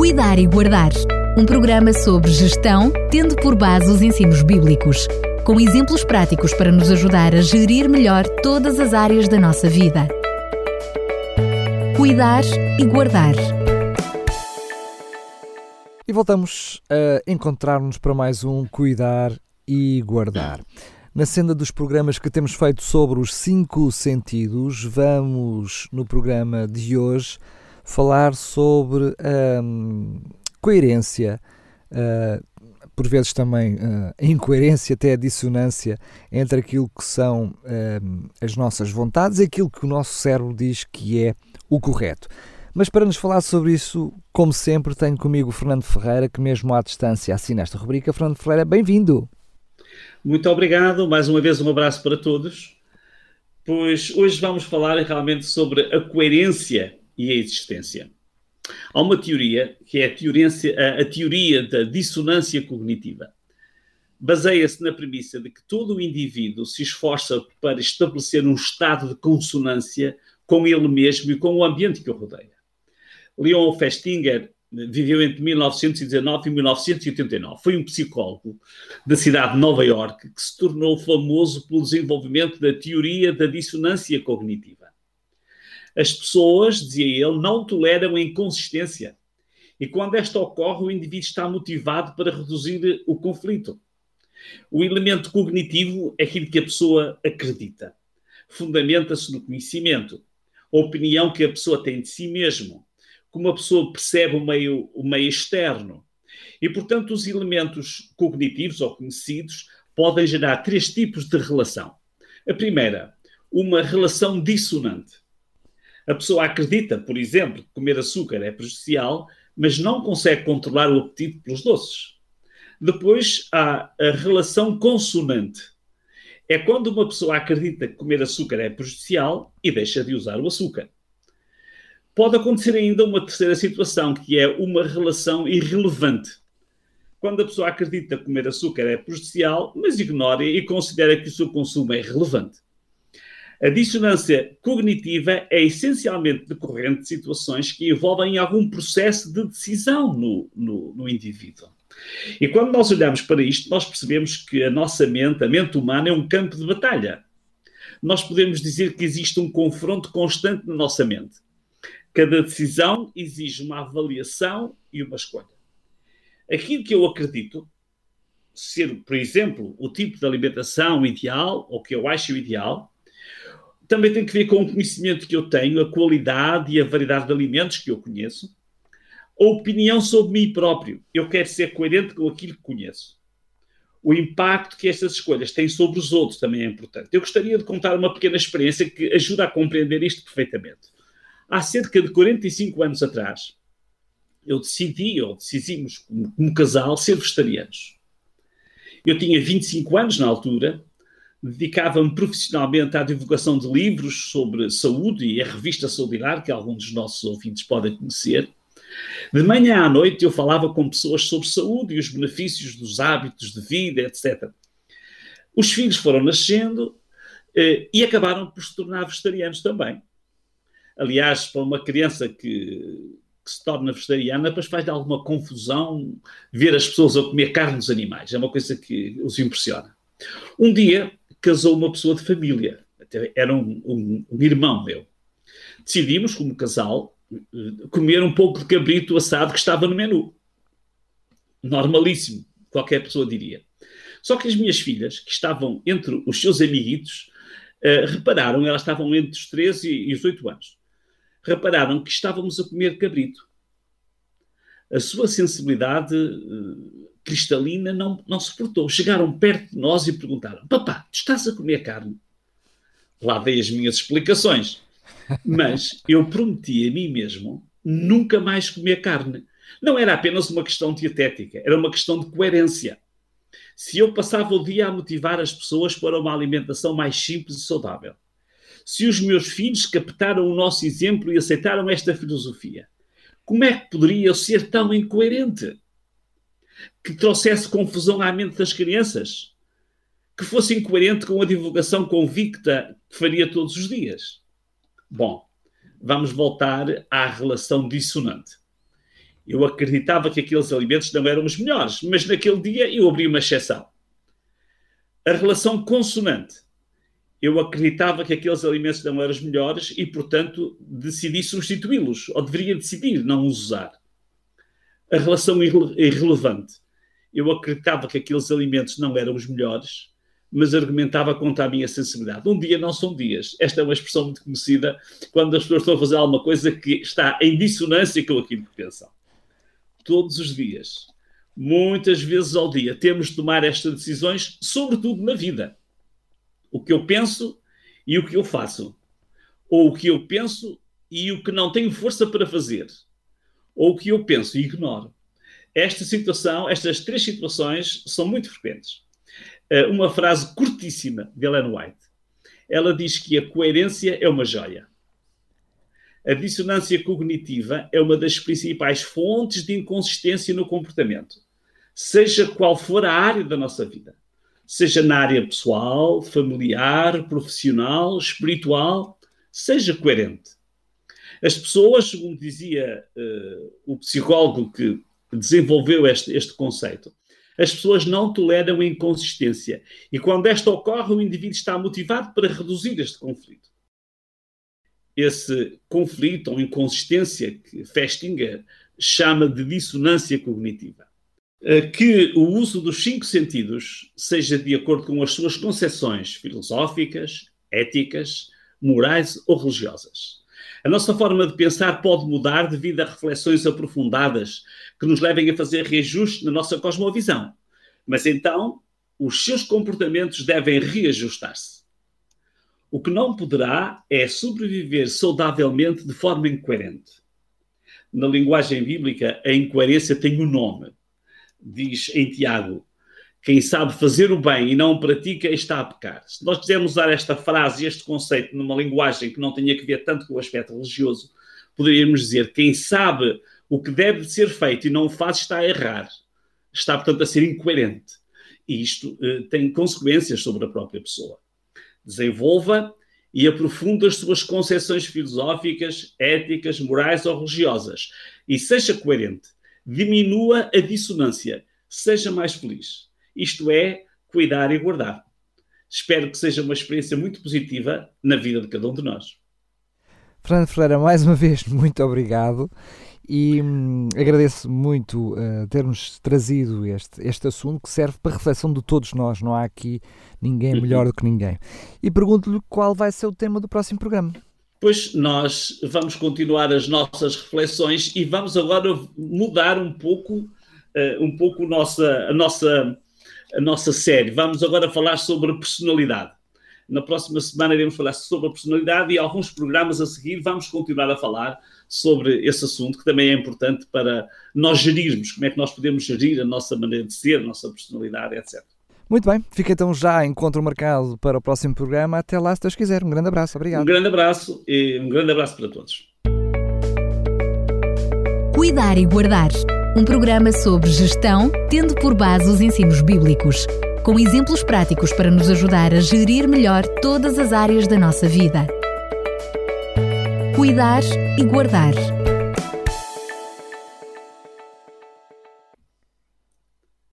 Cuidar e Guardar, um programa sobre gestão, tendo por base os ensinos bíblicos, com exemplos práticos para nos ajudar a gerir melhor todas as áreas da nossa vida. Cuidar e Guardar. E voltamos a encontrar-nos para mais um Cuidar e Guardar. Na senda dos programas que temos feito sobre os 5 sentidos, vamos, no programa de hoje, falar sobre coerência, por vezes também a incoerência, até a dissonância entre aquilo que são as nossas vontades e aquilo que o nosso cérebro diz que é o correto. Mas para nos falar sobre isso, como sempre, tenho comigo o Fernando Ferreira, que mesmo à distância assina esta rubrica. Fernando Ferreira, bem-vindo! Muito obrigado, mais uma vez um abraço para todos, pois hoje vamos falar realmente sobre a coerência e a existência. Há uma teoria, que é a teoria da dissonância cognitiva. Baseia-se na premissa de que todo o indivíduo se esforça para estabelecer um estado de consonância com ele mesmo e com o ambiente que o rodeia. Leon Festinger viveu entre 1919 e 1989. Foi um psicólogo da cidade de Nova Iorque que se tornou famoso pelo desenvolvimento da teoria da dissonância cognitiva. As pessoas, dizia ele, não toleram a inconsistência. E quando esta ocorre, o indivíduo está motivado para reduzir o conflito. O elemento cognitivo é aquilo que a pessoa acredita. Fundamenta-se no conhecimento, a opinião que a pessoa tem de si mesmo, como a pessoa percebe o meio externo. E, portanto, os elementos cognitivos ou conhecidos podem gerar 3 tipos de relação. A primeira, uma relação dissonante. A pessoa acredita, por exemplo, que comer açúcar é prejudicial, mas não consegue controlar o apetite pelos doces. Depois há a relação consonante. É quando uma pessoa acredita que comer açúcar é prejudicial e deixa de usar o açúcar. Pode acontecer ainda uma terceira situação, que é uma relação irrelevante. Quando a pessoa acredita que comer açúcar é prejudicial, mas ignora e considera que o seu consumo é relevante. A dissonância cognitiva é essencialmente decorrente de situações que envolvem algum processo de decisão no indivíduo. E quando nós olhamos para isto, nós percebemos que a nossa mente, a mente humana, é um campo de batalha. Nós podemos dizer que existe um confronto constante na nossa mente. Cada decisão exige uma avaliação e uma escolha. Aquilo que eu acredito ser, por exemplo, o tipo de alimentação ideal, ou que eu acho ideal, também tem que ver com o conhecimento que eu tenho, a qualidade e a variedade de alimentos que eu conheço, a opinião sobre mim próprio. Eu quero ser coerente com aquilo que conheço. O impacto que estas escolhas têm sobre os outros também é importante. Eu gostaria de contar uma pequena experiência que ajuda a compreender isto perfeitamente. Há cerca de 45 anos atrás, decidimos como casal ser vegetarianos. Eu tinha 25 anos na altura, dedicava-me profissionalmente à divulgação de livros sobre saúde e a revista Saudilar, que alguns dos nossos ouvintes podem conhecer. De manhã à noite eu falava com pessoas sobre saúde e os benefícios dos hábitos de vida, etc. Os filhos foram nascendo e acabaram por se tornar vegetarianos também. Aliás, para uma criança que se torna vegetariana, depois faz alguma confusão ver as pessoas a comer carne dos animais. É uma coisa que os impressiona. Um dia casou uma pessoa de família. Era um irmão meu. Decidimos, como casal, comer um pouco de cabrito assado que estava no menu. Normalíssimo, qualquer pessoa diria. Só que as minhas filhas, que estavam entre os seus amiguitos, repararam, elas estavam entre os 13 e os 8 anos, repararam que estávamos a comer cabrito. A sua sensibilidade cristalina não suportou. Chegaram perto de nós e perguntaram: papá, tu estás a comer carne? Lá dei as minhas explicações. Mas eu prometi a mim mesmo nunca mais comer carne. Não era apenas uma questão dietética, era uma questão de coerência. Se eu passava o dia a motivar as pessoas para uma alimentação mais simples e saudável, se os meus filhos captaram o nosso exemplo e aceitaram esta filosofia, como é que poderia eu ser tão incoerente? Que trouxesse confusão à mente das crianças? Que fosse incoerente com a divulgação convicta que faria todos os dias? Bom, vamos voltar à relação dissonante. Eu acreditava que aqueles alimentos não eram os melhores, mas naquele dia eu abri uma exceção. A relação consonante. Eu acreditava que aqueles alimentos não eram os melhores e, portanto, decidi substituí-los, ou deveria decidir não os usar. A relação irrelevante. Eu acreditava que aqueles alimentos não eram os melhores, mas argumentava contra a minha sensibilidade. Um dia não são dias. Esta é uma expressão muito conhecida quando as pessoas estão a fazer alguma coisa que está em dissonância com aquilo que pensam. Todos os dias, muitas vezes ao dia, temos de tomar estas decisões, sobretudo na vida. O que eu penso e o que eu faço. Ou o que eu penso e o que não tenho força para fazer. Ou o que eu penso e ignoro. Estas 3 situações são muito frequentes. Uma frase curtíssima de Ellen White. Ela diz que a coerência é uma joia. A dissonância cognitiva é uma das principais fontes de inconsistência no comportamento, seja qual for a área da nossa vida. Seja na área pessoal, familiar, profissional, espiritual, seja coerente. As pessoas, segundo dizia o psicólogo que desenvolveu este conceito, as pessoas não toleram a inconsistência e quando esta ocorre, o indivíduo está motivado para reduzir este conflito. Esse conflito ou inconsistência que Festinger chama de dissonância cognitiva. Que o uso dos 5 sentidos seja de acordo com as suas concepções filosóficas, éticas, morais ou religiosas. A nossa forma de pensar pode mudar devido a reflexões aprofundadas que nos levem a fazer reajustes na nossa cosmovisão. Mas então, os seus comportamentos devem reajustar-se. O que não poderá é sobreviver saudavelmente de forma incoerente. Na linguagem bíblica, a incoerência tem um nome. Diz em Tiago, quem sabe fazer o bem e não o pratica está a pecar. Se nós quisermos usar esta frase, este conceito, numa linguagem que não tenha que ver tanto com o aspecto religioso, poderíamos dizer, quem sabe o que deve ser feito e não o faz está a errar. Está, portanto, a ser incoerente. E isto tem consequências sobre a própria pessoa. Desenvolva e aprofunda as suas concepções filosóficas, éticas, morais ou religiosas. E seja coerente. Diminua a dissonância. Seja mais feliz. Isto é, cuidar e guardar. Espero que seja uma experiência muito positiva na vida de cada um de nós. Fernando Ferreira, mais uma vez, muito obrigado e agradeço muito termos trazido este assunto que serve para a reflexão de todos nós. Não há aqui ninguém melhor do que ninguém. E pergunto-lhe qual vai ser o tema do próximo programa. Pois nós vamos continuar as nossas reflexões e vamos agora mudar um pouco a nossa série. Vamos agora falar sobre a personalidade. Na próxima semana iremos falar sobre a personalidade e alguns programas a seguir vamos continuar a falar sobre esse assunto que também é importante para nós gerirmos, como é que nós podemos gerir a nossa maneira de ser, a nossa personalidade, etc. Muito bem, fica então já encontro marcado para o próximo programa. Até lá, se Deus quiser. Um grande abraço, obrigado. Um grande abraço e um grande abraço para todos. Cuidar e Guardar. Um programa sobre gestão, tendo por base os ensinos bíblicos, com exemplos práticos para nos ajudar a gerir melhor todas as áreas da nossa vida. Cuidar e Guardar.